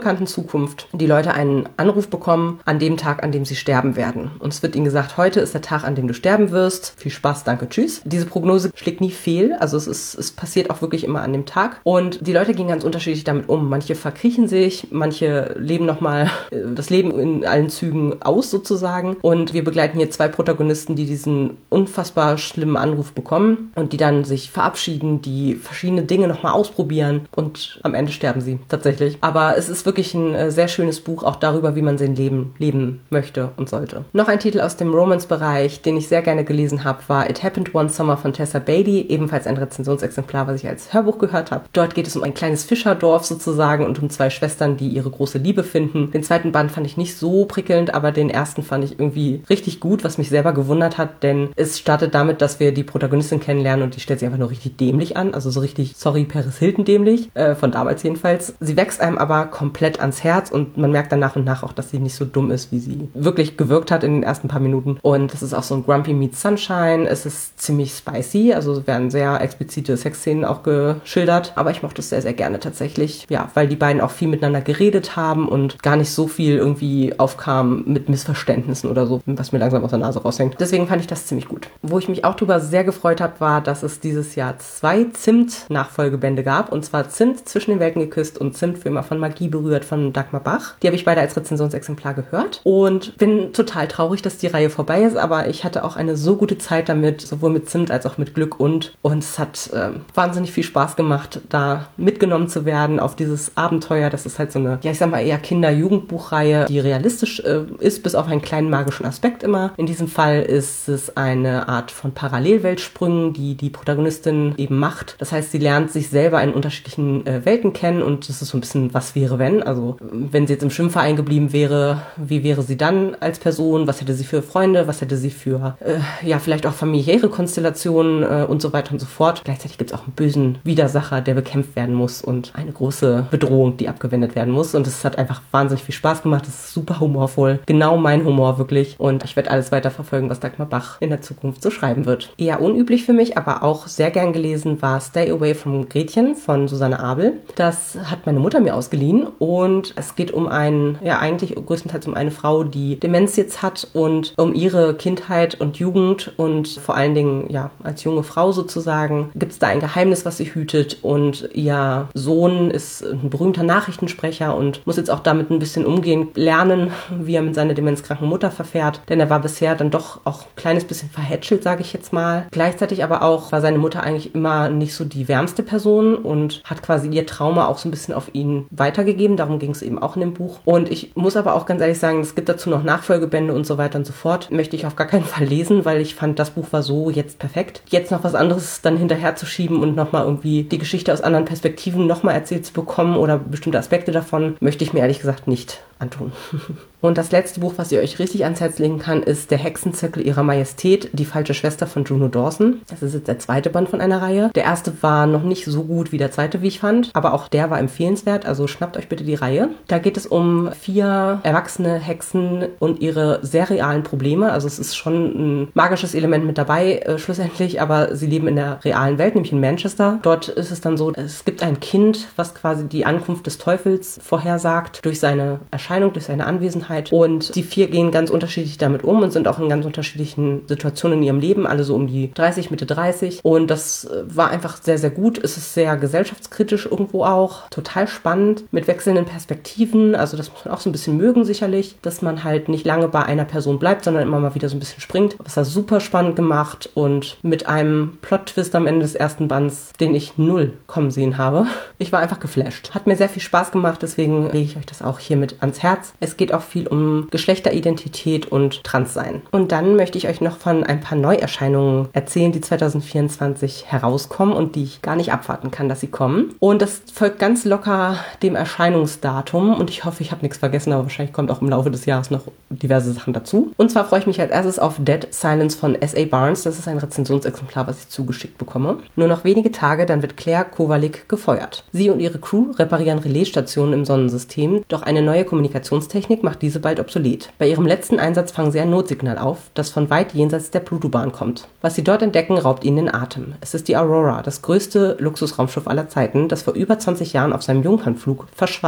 S1: Zukunft die Leute einen Anruf bekommen an dem Tag, an dem sie sterben werden. Und es wird ihnen gesagt, heute ist der Tag, an dem du sterben wirst. Viel Spaß, danke, tschüss. Diese Prognose schlägt nie fehl. Also es ist, es passiert auch wirklich immer an dem Tag. Und die Leute gehen ganz unterschiedlich damit um. Manche verkriechen sich, manche leben nochmal das Leben in allen Zügen aus sozusagen. Und wir begleiten hier zwei Protagonisten, die diesen unfassbar schlimmen Anruf bekommen und die dann sich verabschieden, die verschiedene Dinge nochmal ausprobieren und am Ende sterben sie tatsächlich. Aber es ist wirklich ein äh, sehr schönes Buch, auch darüber, wie man sein Leben leben möchte und sollte. Noch ein Titel aus dem Romance-Bereich, den ich sehr gerne gelesen habe, war It Happened One Summer von Tessa Beatty, ebenfalls ein Rezensionsexemplar, was ich als Hörbuch gehört habe. Dort geht es um ein kleines Fischerdorf sozusagen und um zwei Schwestern, die ihre große Liebe finden. Den zweiten Band fand ich nicht so prickelnd, aber den ersten fand ich irgendwie richtig gut, was mich selber gewundert hat, denn es startet damit, dass wir die Protagonistin kennenlernen und die stellt sich einfach nur richtig dämlich an, also so richtig, sorry, Paris Hilton dämlich, äh, von damals jedenfalls. Sie wächst einem aber komplett ans Herz und man merkt dann nach und nach auch, dass sie nicht so dumm ist, wie sie wirklich gewirkt hat in den ersten paar Minuten. Und es ist auch so ein Grumpy Meets Sunshine, es ist ziemlich spicy, also es werden sehr explizite Sexszenen auch geschildert, aber ich mochte es sehr, sehr gerne tatsächlich, ja, weil die beiden auch viel miteinander geredet haben und gar nicht so viel irgendwie aufkam mit Missverständnissen oder so, was mir langsam aus der Nase raushängt. Deswegen fand ich das ziemlich gut. Wo ich mich auch drüber sehr gefreut habe, war, dass es dieses Jahr zwei Zimt-Nachfolgebände gab, und zwar Zimt zwischen den Welten geküsst und Zimt für immer von Magie berührt von Dagmar Bach. Die habe ich beide als Rezensionsexemplar gehört und bin total traurig, dass die Reihe vorbei ist, aber ich hatte auch eine so gute Zeit damit, sowohl mit Zimt als auch mit Glück und und es hat äh, wahnsinnig viel Spaß gemacht, da mitgenommen zu werden auf dieses Abenteuer. Das ist halt so eine, ja, ich sag mal eher Kinder-Jugendbuchreihe, die realistisch äh, ist, bis auf einen kleinen magischen Aspekt immer. In diesem Fall ist es eine Art von Parallelweltsprüngen, die die Protagonistin eben macht. Das heißt, sie lernt sich selber in unterschiedlichen äh, Welten kennen und das ist so ein bisschen, was wäre wenn. Also wenn sie jetzt im Schwimmverein geblieben wäre, wie wäre sie dann als Person? Was hätte sie für Freunde? Was hätte sie für, äh, ja, vielleicht auch familiäre Konstellationen äh, und so weiter und so fort. Gleichzeitig gibt es auch einen bösen Widersacher, der bekämpft werden muss und eine große Bedrohung, die abgewendet werden muss. Und es hat einfach wahnsinnig viel Spaß gemacht. Es ist super humorvoll. Genau mein Humor wirklich. Und ich werde alles weiter verfolgen, was Dagmar Bach in der Zukunft so schreiben wird. Eher unüblich für mich, aber auch sehr gern gelesen war Stay Away from Gretchen von Susanne Abel. Das hat meine Mutter mir ausgeliehen und es geht um einen, ja eigentlich größtenteils um eine Frau, die Demenz jetzt hat und um ihre Kindheit und Jugend und vor allen Dingen, ja, als junge Frau sozusagen, gibt es da ein Geheimnis, was sie hütet und ihr Sohn ist ein berühmter Nachrichtensprecher und muss jetzt auch damit ein bisschen umgehen, lernen, wie er mit seiner demenzkranken Mutter verfährt, denn er war bisher dann doch auch ein kleines bisschen verhätschelt, sage ich jetzt mal. Gleichzeitig aber auch war seine Mutter eigentlich immer nicht so die wärmste Person und hat quasi ihr Trauma auch so ein bisschen auf ihn weitergegeben, darum ging es eben auch in dem Buch. Und ich muss aber auch ganz ehrlich sagen, es gibt dazu noch Nachfolgebände und so weiter und so fort. Möchte ich auf gar keinen Fall lesen, weil ich fand, das Buch war so jetzt perfekt. Jetzt noch was anderes dann hinterher zu schieben und nochmal irgendwie die Geschichte aus anderen Perspektiven nochmal erzählt zu bekommen oder bestimmte Aspekte davon, möchte ich mir ehrlich gesagt nicht antun. Und das letzte Buch, was ich euch richtig ans Herz legen kann, ist Der Hexenzirkel ihrer Majestät, die falsche Schwester von Juno Dawson. Das ist jetzt der zweite Band von einer Reihe. Der erste war noch nicht so gut wie der zweite, wie ich fand, aber auch der war empfehlenswert, also schnappt euch bitte die Reihe. Da geht es um vier erwachsene Hexen und ihre sehr realen Probleme, also es ist schon ein magisches Element mit dabei, äh, schlussendlich, aber sie leben in der realen Welt, nämlich in Manchester. Dort ist es dann so, es gibt ein Kind, was quasi die Ankunft des Teufels vorhersagt durch seine Erscheinung, durch seine Anwesenheit. Und die vier gehen ganz unterschiedlich damit um und sind auch in ganz unterschiedlichen Situationen in ihrem Leben, alle so um die dreißig, Mitte dreißig. Und das war einfach sehr, sehr gut. Es ist sehr gesellschaftskritisch irgendwo auch. Total spannend, mit wechselnden Perspektiven. Also das muss man auch so ein bisschen mögen sicherlich, dass man halt nicht lange bei einer Person bleibt, sondern immer mal wieder so ein bisschen springt. Das war super spannend gemacht und mit einem Plot-Twist am Ende des ersten Bands, den ich null kommen sehen habe. Ich war einfach geflasht. Hat mir sehr viel Spaß gemacht, deswegen lege ich euch das auch hiermit ans Herz. Es geht auch viel um Geschlechteridentität und Transsein. Und dann möchte ich euch noch von ein paar Neuerscheinungen erzählen, die zwanzig vierundzwanzig herauskommen und die ich gar nicht abwarten kann, dass sie kommen. Und das folgt ganz locker dem Erscheinungsdatum und ich hoffe, ich habe nichts vergessen, aber wahrscheinlich kommt auch im Laufe des Jahres noch diverse Sachen dazu. Und zwar freue ich mich als erstes auf Dead Silence von S A Barnes. Das ist ein Rezensionsexemplar, was ich zugeschickt bekomme. Nur noch wenige Tage, dann wird Claire Kowalik gefeuert. Sie und ihre Crew reparieren Relaisstationen im Sonnensystem, doch eine neue Kommunikationstechnik macht diese bald obsolet. Bei ihrem letzten Einsatz fangen sie ein Notsignal auf, das von weit jenseits der Plutobahn kommt. Was sie dort entdecken, raubt ihnen den Atem. Es ist die Aurora, das größte Luxusraumschiff aller Zeiten, das vor über zwanzig Jahren auf seinem Jungfernflug verschwand. Wenn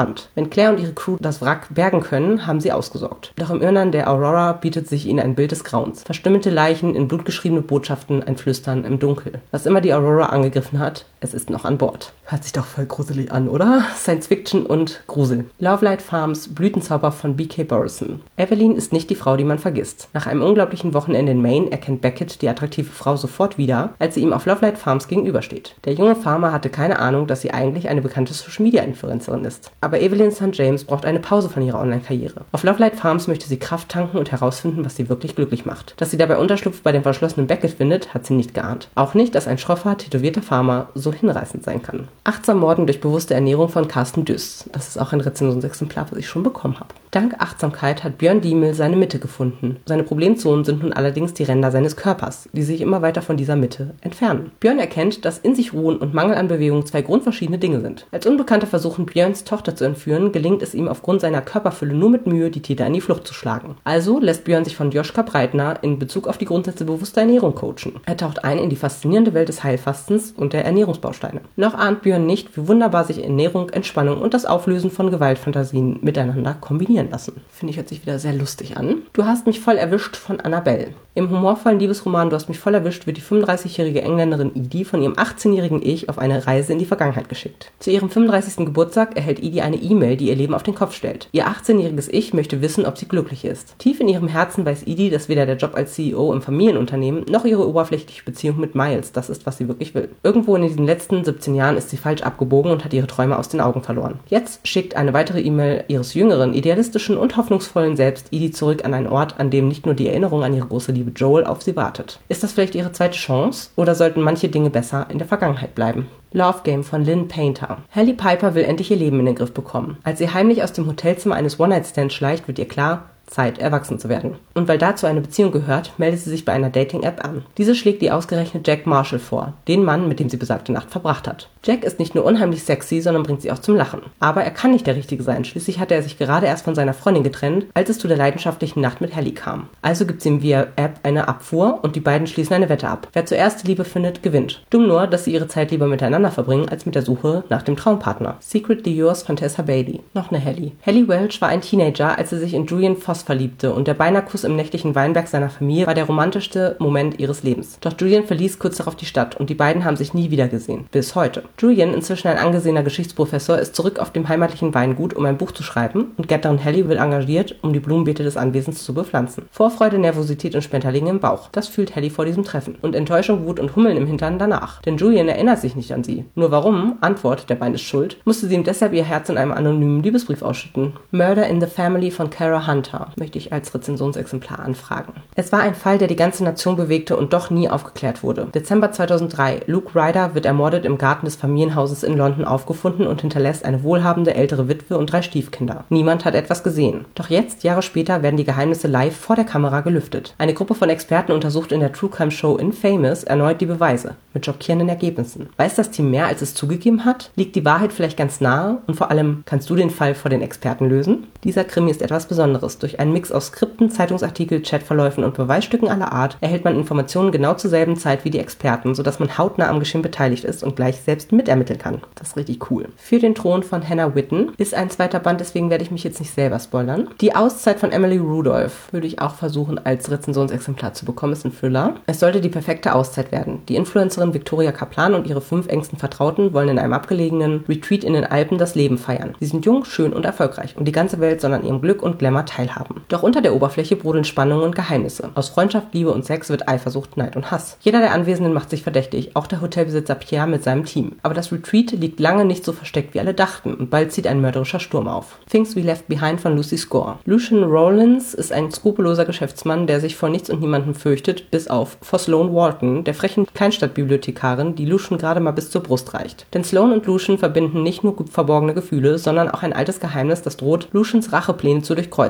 S1: Wenn Claire und ihre Crew das Wrack bergen können, haben sie ausgesorgt. Doch im Innern der Aurora bietet sich ihnen ein Bild des Grauens. Verstümmelte Leichen, in Blut geschriebene Botschaften, ein Flüstern im Dunkel. Was immer die Aurora angegriffen hat, es ist noch an Bord. Hört sich doch voll gruselig an, oder? Science Fiction und Grusel. Lovelight Farms, Blütenzauber von B K Borison. Evelyn ist nicht die Frau, die man vergisst. Nach einem unglaublichen Wochenende in Maine erkennt Beckett die attraktive Frau sofort wieder, als sie ihm auf Lovelight Farms gegenübersteht. Der junge Farmer hatte keine Ahnung, dass sie eigentlich eine bekannte Social-Media-Influencerin ist. Aber Evelyn Sankt James braucht eine Pause von ihrer Online-Karriere. Auf Lovelight Farms möchte sie Kraft tanken und herausfinden, was sie wirklich glücklich macht. Dass sie dabei Unterschlupf bei dem verschlossenen Beckett findet, hat sie nicht geahnt. Auch nicht, dass ein schroffer, tätowierter Farmer so hinreißend sein kann. Achtsam Morden durch bewusste Ernährung von Carsten Düss. Das ist auch ein Rezensionsexemplar, was ich schon bekommen habe. Dank Achtsamkeit hat Björn Diemel seine Mitte gefunden. Seine Problemzonen sind nun allerdings die Ränder seines Körpers, die sich immer weiter von dieser Mitte entfernen. Björn erkennt, dass in sich ruhen und Mangel an Bewegung zwei grundverschiedene Dinge sind. Als Unbekannter versuchen, Björns Tochter zu entführen, gelingt es ihm aufgrund seiner Körperfülle nur mit Mühe, die Täter in die Flucht zu schlagen. Also lässt Björn sich von Joschka Breitner in Bezug auf die Grundsätze bewusster Ernährung coachen. Er taucht ein in die faszinierende Welt des Heilfastens und der Ernährungsbausteine. Noch ahnt Björn nicht, wie wunderbar sich Ernährung, Entspannung und das Auflösen von Gewaltfantasien miteinander kombinieren lassen. Finde ich, hört sich wieder sehr lustig an. Du hast mich voll erwischt von Annabelle. Im humorvollen Liebesroman Du hast mich voll erwischt wird die fünfunddreißigjährige Engländerin Edie von ihrem achtzehnjährigen Ich auf eine Reise in die Vergangenheit geschickt. Zu ihrem fünfunddreißigsten Geburtstag erhält Edie eine E-Mail, die ihr Leben auf den Kopf stellt. Ihr achtzehnjähriges Ich möchte wissen, ob sie glücklich ist. Tief in ihrem Herzen weiß Edie, dass weder der Job als C E O im Familienunternehmen noch ihre oberflächliche Beziehung mit Miles das ist, was sie wirklich will. Irgendwo in diesen letzten siebzehn Jahren ist sie falsch abgebogen und hat ihre Träume aus den Augen verloren. Jetzt schickt eine weitere E-Mail ihres jüngeren, idealistischen und hoffnungsvollen Selbst Edie zurück an einen Ort, an dem nicht nur die Erinnerung an ihre große Liebe Joel auf sie wartet. Ist das vielleicht ihre zweite Chance oder sollten manche Dinge besser in der Vergangenheit bleiben? Love Game von Lynn Painter. Halle Piper will endlich ihr Leben in den Griff bekommen. Als sie heimlich aus dem Hotelzimmer eines One-Night-Stands schleicht, wird ihr klar, Zeit, erwachsen zu werden. Und weil dazu eine Beziehung gehört, meldet sie sich bei einer Dating-App an. Diese schlägt ihr ausgerechnet Jack Marshall vor, den Mann, mit dem sie besagte Nacht verbracht hat. Jack ist nicht nur unheimlich sexy, sondern bringt sie auch zum Lachen. Aber er kann nicht der Richtige sein, schließlich hatte er sich gerade erst von seiner Freundin getrennt, als es zu der leidenschaftlichen Nacht mit Halle kam. Also gibt sie ihm via App eine Abfuhr und die beiden schließen eine Wette ab. Wer zuerst die Liebe findet, gewinnt. Dumm nur, dass sie ihre Zeit lieber miteinander verbringen, als mit der Suche nach dem Traumpartner. Secretly Yours von Tessa Bailey. Noch eine Halle. Halle Welch war ein Teenager, als sie sich in Julian Voss verliebte und der Beinahe-Kuss im nächtlichen Weinberg seiner Familie war der romantischste Moment ihres Lebens. Doch Julian verließ kurz darauf die Stadt und die beiden haben sich nie wieder gesehen. Bis heute. Julian, inzwischen ein angesehener Geschichtsprofessor, ist zurück auf dem heimatlichen Weingut, um ein Buch zu schreiben und Gärtnerin Halle wird engagiert, um die Blumenbeete des Anwesens zu bepflanzen. Vorfreude, Nervosität und Schmetterlinge im Bauch. Das fühlt Halle vor diesem Treffen. Und Enttäuschung, Wut und Hummeln im Hintern danach. Denn Julian erinnert sich nicht an sie. Nur warum? Antwort, der Bein ist schuld, musste sie ihm deshalb ihr Herz in einem anonymen Liebesbrief ausschütten. Murder in the Family von Kara Hunter möchte ich als Rezensionsexemplar anfragen. Es war ein Fall, der die ganze Nation bewegte und doch nie aufgeklärt wurde. Dezember zweitausenddrei. Luke Ryder wird ermordet im Garten des Familienhauses in London aufgefunden und hinterlässt eine wohlhabende ältere Witwe und drei Stiefkinder. Niemand hat etwas gesehen. Doch jetzt, Jahre später, werden die Geheimnisse live vor der Kamera gelüftet. Eine Gruppe von Experten untersucht in der True Crime Show Infamous erneut die Beweise. Mit schockierenden Ergebnissen. Weiß das Team mehr, als es zugegeben hat? Liegt die Wahrheit vielleicht ganz nahe? Und vor allem, kannst du den Fall vor den Experten lösen? Dieser Krimi ist etwas Besonderes. Durch einen Mix aus Skripten, Zeitungsartikel, Chatverläufen und Beweisstücken aller Art erhält man Informationen genau zur selben Zeit wie die Experten, sodass man hautnah am Geschehen beteiligt ist und gleich selbst mitermitteln kann. Das ist richtig cool. Für den Thron von Hannah Witten ist ein zweiter Band, deswegen werde ich mich jetzt nicht selber spoilern. Die Auszeit von Emily Rudolph würde ich auch versuchen, als Rezensionsexemplar zu bekommen. Ist ein Thriller. Es sollte die perfekte Auszeit werden. Die Influencerin Victoria Kaplan und ihre fünf engsten Vertrauten wollen in einem abgelegenen Retreat in den Alpen das Leben feiern. Sie sind jung, schön und erfolgreich und die ganze Welt soll an ihrem Glück und Glamour teilhaben. Doch unter der Oberfläche brodeln Spannungen und Geheimnisse. Aus Freundschaft, Liebe und Sex wird Eifersucht, Neid und Hass. Jeder der Anwesenden macht sich verdächtig, auch der Hotelbesitzer Pierre mit seinem Team. Aber das Retreat liegt lange nicht so versteckt, wie alle dachten und bald zieht ein mörderischer Sturm auf. Things We Left Behind von Lucy Score. Lucian Rollins ist ein skrupelloser Geschäftsmann, der sich vor nichts und niemandem fürchtet, bis auf vor Sloane Walton, der frechen Kleinstadtbibliothekarin, die Lucian gerade mal bis zur Brust reicht. Denn Sloane und Lucian verbinden nicht nur gut verborgene Gefühle, sondern auch ein altes Geheimnis, das droht, Lucians Rachepläne zu durchkreuzen. Sloane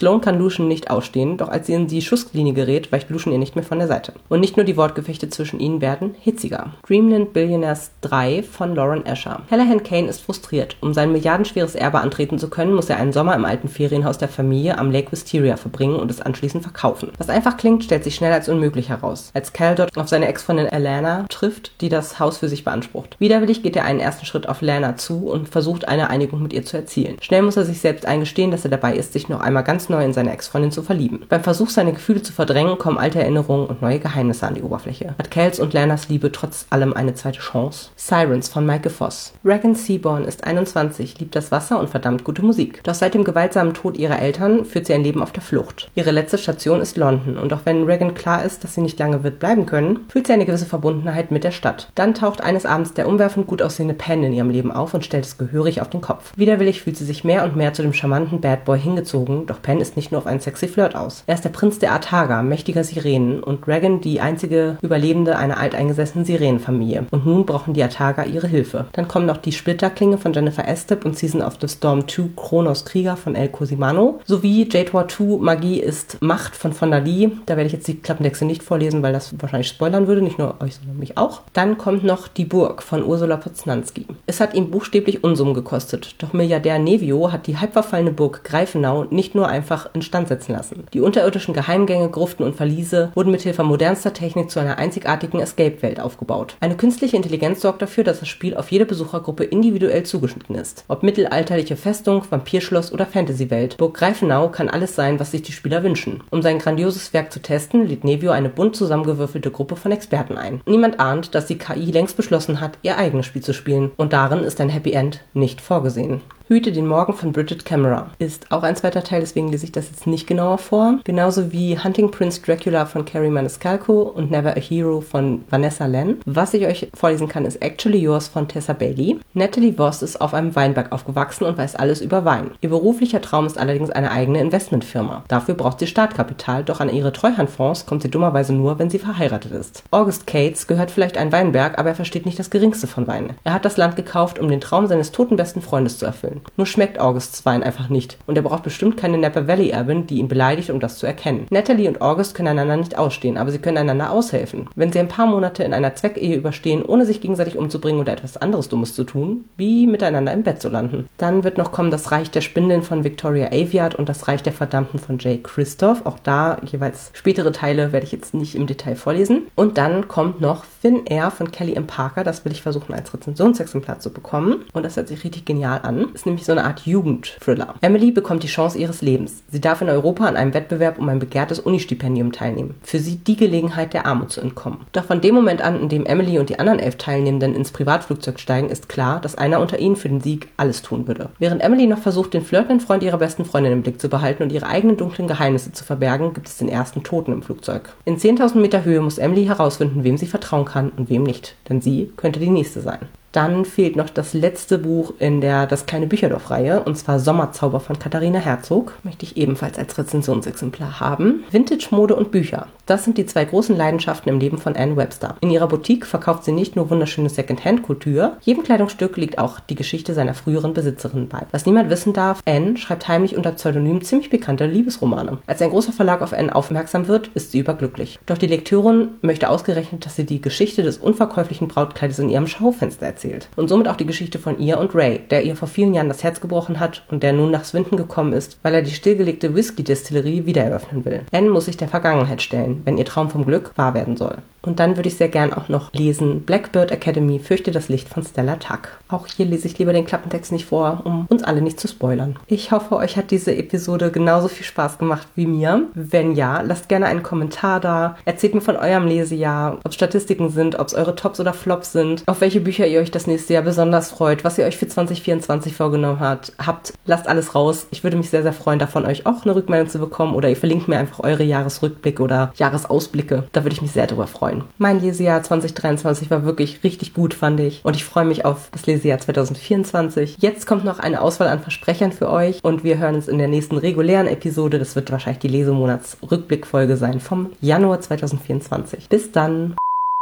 S1: Sloane kann Lucien nicht ausstehen, doch als sie in die Schusslinie gerät, weicht Lucien ihr nicht mehr von der Seite. Und nicht nur die Wortgefechte zwischen ihnen werden hitziger. Dreamland Billionaires drei von Lauren Asher. Callahan Kane ist frustriert. Um sein milliardenschweres Erbe antreten zu können, muss er einen Sommer im alten Ferienhaus der Familie am Lake Wisteria verbringen und es anschließend verkaufen. Was einfach klingt, stellt sich schnell als unmöglich heraus, als Cal dort auf seine Ex-Freundin Alana trifft, die das Haus für sich beansprucht. Widerwillig geht er einen ersten Schritt auf Lana zu und versucht, eine Einigung mit ihr zu erzielen. Schnell muss er sich selbst eingestehen, dass er dabei ist, sich noch einmal ganz neu in seine Ex-Freundin zu verlieben. Beim Versuch, seine Gefühle zu verdrängen, kommen alte Erinnerungen und neue Geheimnisse an die Oberfläche. Hat Cals und Lanas Liebe trotz allem eine zweite Chance? Sirens von Meike Voss. Regan Seaborn ist einundzwanzig, liebt das Wasser und verdammt gute Musik. Doch seit dem gewaltsamen Tod ihrer Eltern führt sie ein Leben auf der Flucht. Ihre letzte Station ist London und auch wenn Regan klar ist, dass sie nicht lange wird bleiben können, fühlt sie eine gewisse Verbundenheit mit der Stadt. Dann taucht eines Abends der umwerfend gut aussehende Penn in ihrem Leben auf und stellt es gehörig auf den Kopf. Widerwillig fühlt sie sich mehr und mehr zu dem charmanten Bad Boy hingezogen, doch Penn ist nicht nur auf einen sexy Flirt aus. Er ist der Prinz der Artaga, mächtiger Sirenen und Regan die einzige Überlebende einer alteingesessenen Sirenenfamilie. Und nun brauchen die Artaga ihre Hilfe. Dann kommen noch die Splitterklinge von Jennifer Estep und Season of the Storm zwei Kronos Krieger von El Cosimano sowie Jade War zwei Magie ist Macht von Fonda Lee. Da werde ich jetzt die Klappentexte nicht vorlesen, weil das wahrscheinlich spoilern würde, nicht nur euch, sondern mich auch. Dann kommt noch Die Burg von Ursula Poznanski. Es hat ihm buchstäblich Unsummen gekostet, doch Milliardär Nevio hat die halb verfallene Burg Greifenau nicht nur einfach instand setzen lassen. Die unterirdischen Geheimgänge, Gruften und Verliese wurden mithilfe modernster Technik zu einer einzigartigen Escape-Welt aufgebaut. Eine künstliche Intelligenz sorgt dafür, dass das Spiel auf jede Besuchergruppe individuell zugeschnitten ist. Ob mittelalterliche Festung, Vampirschloss oder Fantasy-Welt, Burg Greifenau kann alles sein, was sich die Spieler wünschen. Um sein grandioses Werk zu testen, lädt Nevio eine bunt zusammengewürfelte Gruppe von Experten ein. Niemand ahnt, dass die K I längst beschlossen hat, ihr eigenes Spiel zu spielen. Und darin ist ein Happy End nicht vorgesehen. Hüte den Morgen von Bridget Camera ist auch ein zweiter Teil, deswegen lese ich das jetzt nicht genauer vor. Genauso wie Hunting Prince Dracula von Carrie Maniscalco und Never a Hero von Vanessa Len. Was ich euch vorlesen kann, ist Actually Yours von Tessa Bailey. Natalie Voss ist auf einem Weinberg aufgewachsen und weiß alles über Wein. Ihr beruflicher Traum ist allerdings eine eigene Investmentfirma. Dafür braucht sie Startkapital, doch an ihre Treuhandfonds kommt sie dummerweise nur, wenn sie verheiratet ist. August Cates gehört vielleicht ein Weinberg, aber er versteht nicht das Geringste von Wein. Er hat das Land gekauft, um den Traum seines toten besten Freundes zu erfüllen. Nur schmeckt Augusts Wein einfach nicht und er braucht bestimmt keine Napa Valley Erbin, die ihn beleidigt, um das zu erkennen. Natalie und August können einander nicht ausstehen, aber sie können einander aushelfen. Wenn sie ein paar Monate in einer Zweckehe überstehen, ohne sich gegenseitig umzubringen oder etwas anderes Dummes zu tun, wie miteinander im Bett zu landen. Dann wird noch kommen Das Reich der Spindeln von Victoria Aveyard und Das Reich der Verdammten von Jay Christoph. Auch da jeweils spätere Teile werde ich jetzt nicht im Detail vorlesen. Und dann kommt noch Thin Air von Kelly M. Parker. Das will ich versuchen als Rezensionsexemplar zu bekommen. Und das hört sich richtig genial an. Ist nämlich so eine Art Jugendthriller. Emily bekommt die Chance ihres Lebens. Sie darf in Europa an einem Wettbewerb um ein begehrtes Unistipendium teilnehmen. Für sie die Gelegenheit, der Armut zu entkommen. Doch von dem Moment an, in dem Emily und die anderen elf Teilnehmenden ins Privatflugzeug steigen, ist klar, dass einer unter ihnen für den Sieg alles tun würde. Während Emily noch versucht, den flirtenden Freund ihrer besten Freundin im Blick zu behalten und ihre eigenen dunklen Geheimnisse zu verbergen, gibt es den ersten Toten im Flugzeug. In zehntausend Meter Höhe muss Emily herausfinden, wem sie vertrauen kann und wem nicht. Denn sie könnte die nächste sein. Dann fehlt noch das letzte Buch in der Das kleine Bücherdorf-Reihe, und zwar Sommerzauber von Katharina Herzog. Möchte ich ebenfalls als Rezensionsexemplar haben. Vintage, Mode und Bücher. Das sind die zwei großen Leidenschaften im Leben von Anne Webster. In ihrer Boutique verkauft sie nicht nur wunderschöne Secondhand-Kultur, jedem Kleidungsstück liegt auch die Geschichte seiner früheren Besitzerin bei. Was niemand wissen darf, Anne schreibt heimlich unter Pseudonym ziemlich bekannte Liebesromane. Als ein großer Verlag auf Anne aufmerksam wird, ist sie überglücklich. Doch die Lekteurin möchte ausgerechnet, dass sie die Geschichte des unverkäuflichen Brautkleides in ihrem Schaufenster erzählt. Und somit auch die Geschichte von ihr und Ray, der ihr vor vielen Jahren das Herz gebrochen hat und der nun nach Swinton gekommen ist, weil er die stillgelegte Whisky-Destillerie wieder eröffnen will. Anne muss sich der Vergangenheit stellen, wenn ihr Traum vom Glück wahr werden soll. Und dann würde ich sehr gern auch noch lesen Blackbird Academy, Fürchte das Licht von Stella Tuck. Auch hier lese ich lieber den Klappentext nicht vor, um uns alle nicht zu spoilern. Ich hoffe, euch hat diese Episode genauso viel Spaß gemacht wie mir. Wenn ja, lasst gerne einen Kommentar da. Erzählt mir von eurem Lesejahr, ob es Statistiken sind, ob es eure Tops oder Flops sind, auf welche Bücher ihr euch das nächste Jahr besonders freut, was ihr euch für zwanzig vierundzwanzig vorgenommen habt. Habt, lasst alles raus. Ich würde mich sehr, sehr freuen, davon euch auch eine Rückmeldung zu bekommen, oder ihr verlinkt mir einfach eure Jahresrückblicke oder Jahresausblicke. Da würde ich mich sehr drüber freuen. Mein Lesejahr zwanzig dreiundzwanzig war wirklich richtig gut, fand ich. Und ich freue mich auf das Lesejahr zwanzig vierundzwanzig. Jetzt kommt noch eine Auswahl an Versprechern für euch und wir hören uns in der nächsten regulären Episode. Das wird wahrscheinlich die Lesemonats-Rückblickfolge sein vom Januar zwanzig vierundzwanzig. Bis dann!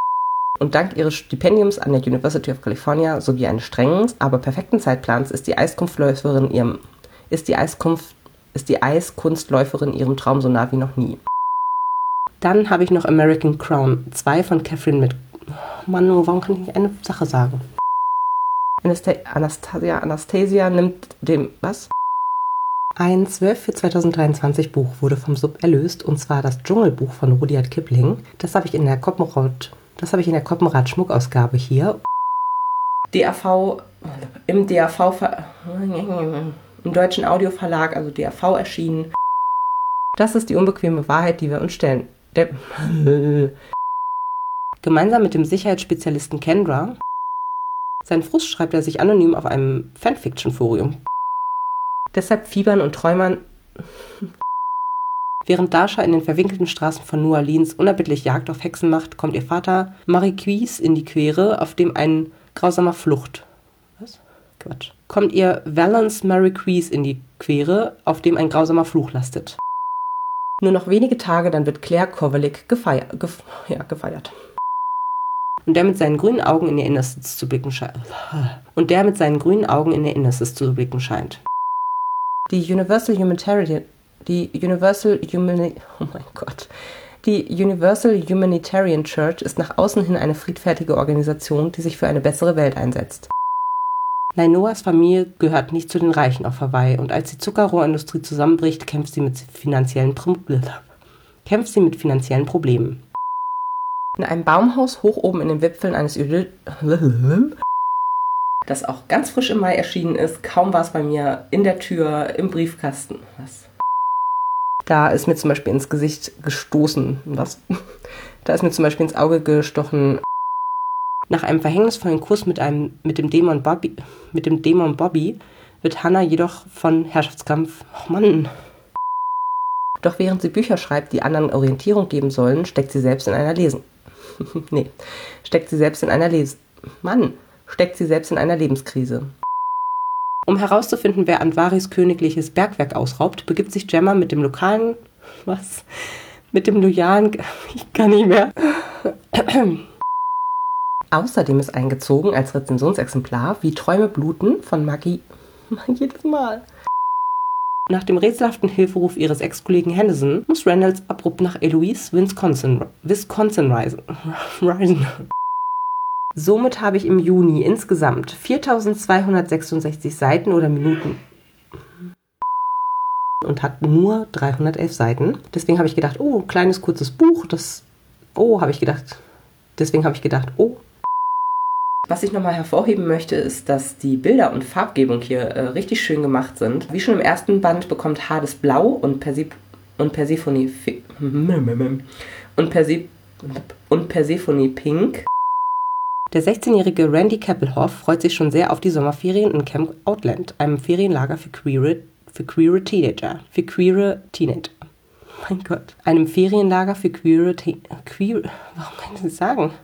S1: Und dank ihres Stipendiums an der University of California sowie eines strengen, aber perfekten Zeitplans ist die Eiskunftläuferin ihrem, ist die Eiskunft ist die Eiskunstläuferin ihrem Traum so nah wie noch nie. Dann habe ich noch American Crown zwei von Catherine mit... Oh Mann, warum kann ich nicht eine Sache sagen? Anastasia, Anastasia nimmt dem... Was? Ein zwölf für zweitausenddreiundzwanzig Buch wurde vom Sub erlöst, und zwar das Dschungelbuch von Rudyard Kipling. Das habe ich in der Koppenrad, das habe ich in der Koppenrad Schmuckausgabe hier. D A V, im D A V, im Deutschen Audioverlag, also D A V erschienen. Das ist die unbequeme Wahrheit, die wir uns stellen. Der Gemeinsam mit dem Sicherheitsspezialisten Kendra. Seinen Frust schreibt er sich anonym auf einem Fanfiction-Forum. Deshalb fiebern und träumern. Während Dasha in den verwinkelten Straßen von New Orleans unerbittlich Jagd auf Hexen macht, kommt ihr Vater Mariquise in die Quere, auf dem ein grausamer Flucht. Was? Quatsch. Kommt ihr Valence Mariquise in die Quere, auf dem ein grausamer Fluch lastet. Nur noch wenige Tage, dann wird Claire Kowalik gefeier, gef, ja, gefeiert. Und der mit seinen grünen Augen in ihr Innerstes zu blicken scheint. Und der mit seinen grünen Augen in ihr Innerstes zu blicken scheint. Die Universal Humanitarian, die Universal Humani, oh mein Gott, die Universal Humanitarian Church ist nach außen hin eine friedfertige Organisation, die sich für eine bessere Welt einsetzt. Nainoas Familie gehört nicht zu den Reichen auf Hawaii, und als die Zuckerrohrindustrie zusammenbricht, kämpft sie mit finanziellen, Pro- kämpft sie mit finanziellen Problemen. In einem Baumhaus hoch oben in den Wipfeln eines Idyll, das auch ganz frisch im Mai erschienen ist, kaum war es bei mir in der Tür, im Briefkasten. Was? Da ist mir zum Beispiel ins Gesicht gestoßen. Was? Da ist mir zum Beispiel ins Auge gestochen. Nach einem verhängnisvollen Kuss mit, einem, mit, dem Dämon Bobby, mit dem Dämon Bobby wird Hannah jedoch von Herrschaftskampf... Oh Mann! Doch während sie Bücher schreibt, die anderen Orientierung geben sollen, steckt sie selbst in einer Lesen... nee, steckt sie selbst in einer Les... Mann! steckt sie selbst in einer Lebenskrise. Um herauszufinden, wer Andvaris königliches Bergwerk ausraubt, begibt sich Gemma mit dem lokalen... Was? Mit dem loyalen... Ich kann nicht mehr... Außerdem ist eingezogen als Rezensionsexemplar Wie Träume bluten von Maggie... Jedes Mal. Nach dem rätselhaften Hilferuf ihres Ex-Kollegen Henderson muss Reynolds abrupt nach Eloise, Wisconsin, Wisconsin reisen. Somit habe ich im Juni insgesamt viertausendzweihundertsechsundsechzig Seiten oder Minuten und hat nur dreihundertelf Seiten. Deswegen habe ich gedacht, oh, kleines, kurzes Buch, das, oh, habe ich gedacht, deswegen habe ich gedacht, oh. Was ich nochmal hervorheben möchte, ist, dass die Bilder und Farbgebung hier äh, richtig schön gemacht sind. Wie schon im ersten Band bekommt Hades Blau und, Persi und Persephone und, Persi und Persephone Pink. Der sechzehnjährige Randy Keppelhoff freut sich schon sehr auf die Sommerferien in Camp Outland, einem Ferienlager für queere, für queere Teenager. Für queere Teenager. Mein Gott. Einem Ferienlager für queere Teenager. Queer, warum kann ich das sagen?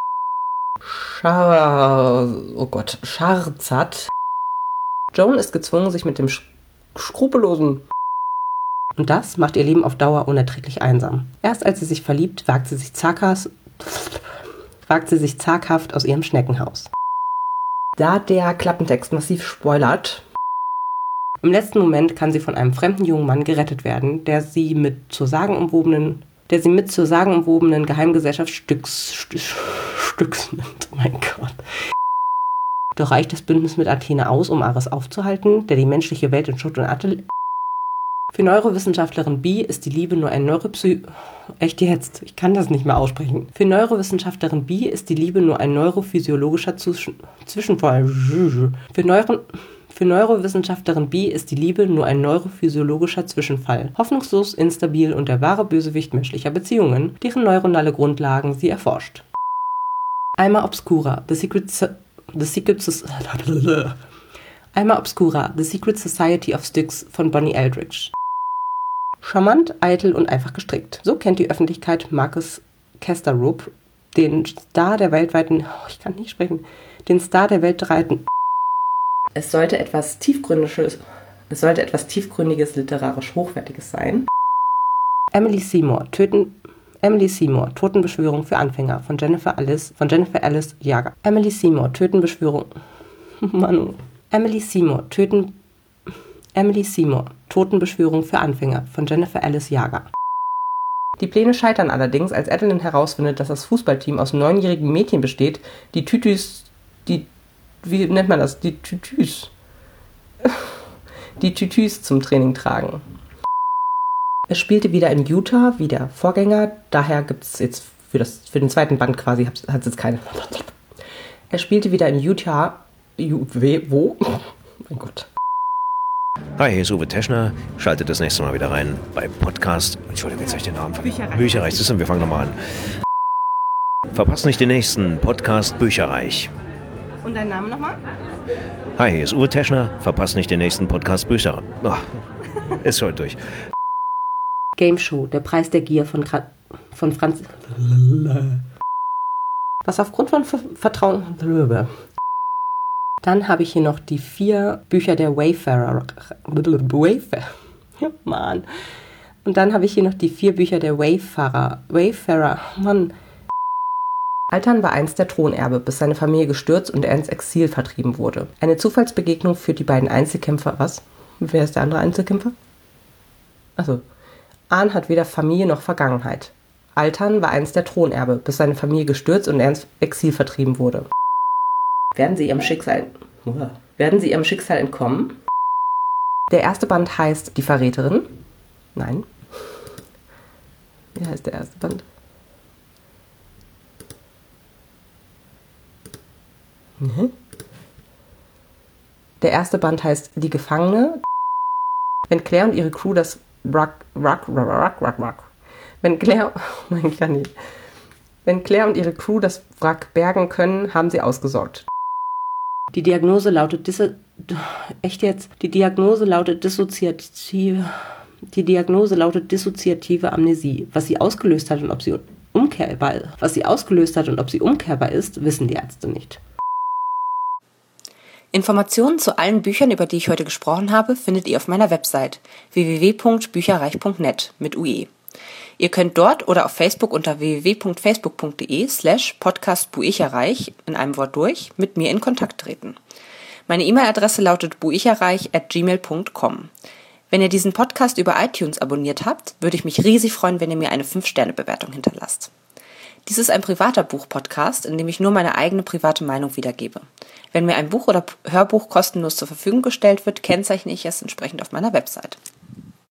S1: Schar... Oh Gott. Scharzat. Joan ist gezwungen, sich mit dem sch skrupellosen... Und das macht ihr Leben auf Dauer unerträglich einsam. Erst als sie sich verliebt, wagt sie sich zackhaft... wagt sie sich zaghaft aus ihrem Schneckenhaus. Da der Klappentext massiv spoilert, im letzten Moment kann sie von einem fremden jungen Mann gerettet werden, der sie mit zur sagenumwobenen, der sie mit zur sagenumwobenen Geheimgesellschaft Stücks, Stücks, Stücks nimmt. Oh mein Gott. Doch reicht das Bündnis mit Athene aus, um Ares aufzuhalten, der die menschliche Welt in Schutt und Asche... Für Neurowissenschaftlerin B ist die Liebe nur ein Neuropsy... Echt jetzt? Ich kann das nicht mehr aussprechen. Für Neurowissenschaftlerin B ist die Liebe nur ein neurophysiologischer Zwischen Zwischenfall. Für, Neuro Für Neurowissenschaftlerin B ist die Liebe nur ein neurophysiologischer Zwischenfall. Hoffnungslos, instabil und der wahre Bösewicht menschlicher Beziehungen, deren neuronale Grundlagen sie erforscht. Alma Obscura, The Secret... The Secret... Alma Obscura, The Secret Society of Styx von Bonnie Eldridge. Charmant, eitel und einfach gestrickt. So kennt die Öffentlichkeit Marcus Casterup, den Star der weltweiten... Oh, ich kann nicht sprechen. Den Star der weltweiten... Es sollte etwas tiefgründiges, es sollte etwas tiefgründiges, literarisch Hochwertiges sein. Emily Seymour, Töten... Emily Seymour, Totenbeschwörung für Anfänger von Jennifer Alice, von Jennifer Alice Jager. Emily Seymour, Totenbeschwörung... Manu. Emily Seymour, Töten... Emily Seymour, Totenbeschwörung für Anfänger von Jennifer Alice Jager. Die Pläne scheitern allerdings, als Adeline herausfindet, dass das Fußballteam aus neunjährigen Mädchen besteht, die Tütüs, die, wie nennt man das, die Tütüs, die Tütüs zum Training tragen. Es spielte wieder in Utah, wie der Vorgänger, daher gibt es jetzt für, das, für den zweiten Band quasi, hat es jetzt keine. Er spielte wieder in Utah, Ju, wo? Oh mein Gott.
S2: Hi, hier ist Uwe Teschner. Schaltet das nächste Mal wieder rein bei Podcast. Entschuldigung, jetzt habe ich den Namen vergessen. Bücherreich. Bücherreich, das ist, wir fangen nochmal an. Verpasst nicht den nächsten Podcast Bücherreich.
S1: Und dein Name nochmal?
S2: Hi, hier ist Uwe Teschner. Verpasst nicht den nächsten Podcast Bücherreich. Oh, ist heute durch.
S1: Game Show, der Preis der Gier von, Gra- von Franz... Was aufgrund von Ver- Vertrauen... Dann habe ich hier noch die vier Bücher der Wayfarer. Wayfarer. Ja, Mann. Und dann habe ich hier noch die vier Bücher der Wayfarer. Wayfarer. Mann. Altern war einst der Thronerbe, bis seine Familie gestürzt und er ins Exil vertrieben wurde. Eine Zufallsbegegnung führt die beiden Einzelkämpfer... Was? Wer ist der andere Einzelkämpfer? Achso. Ahn hat weder Familie noch Vergangenheit. Altern war einst der Thronerbe, bis seine Familie gestürzt und er ins Exil vertrieben wurde. Werden sie ihrem Schicksal, werden sie ihrem Schicksal entkommen? Der erste Band heißt Die Verräterin. Nein. Wie heißt der erste Band? Mhm. Der erste Band heißt Die Gefangene. Wenn Claire und ihre Crew das Wrack, Wrack, Wrack, Wrack, Wrack. Wenn Claire, oh mein Gott, nee. Wenn Claire und ihre Crew das Wrack bergen können, haben sie ausgesorgt. Die Diagnose lautet Disse, echt jetzt? Die Diagnose lautet dissoziative, die Diagnose lautet dissoziative Amnesie. Was sie ausgelöst hat und ob sie umkehrbar, was sie ausgelöst hat und ob sie umkehrbar ist, wissen die Ärzte nicht.
S3: Informationen zu allen Büchern, über die ich heute gesprochen habe, findet ihr auf meiner Website w w w punkt bücherreich punkt net mit U E. Ihr könnt dort oder auf Facebook unter w w w punkt facebook punkt de slash podcast buicherreich in einem Wort durch mit mir in Kontakt treten. Meine E-Mail-Adresse lautet buicherreich at gmail punkt com. Wenn ihr diesen Podcast über iTunes abonniert habt, würde ich mich riesig freuen, wenn ihr mir eine fünf Sterne Bewertung hinterlasst. Dies ist ein privater Buch-Podcast, in dem ich nur meine eigene private Meinung wiedergebe. Wenn mir ein Buch oder Hörbuch kostenlos zur Verfügung gestellt wird, kennzeichne ich es entsprechend auf meiner Website.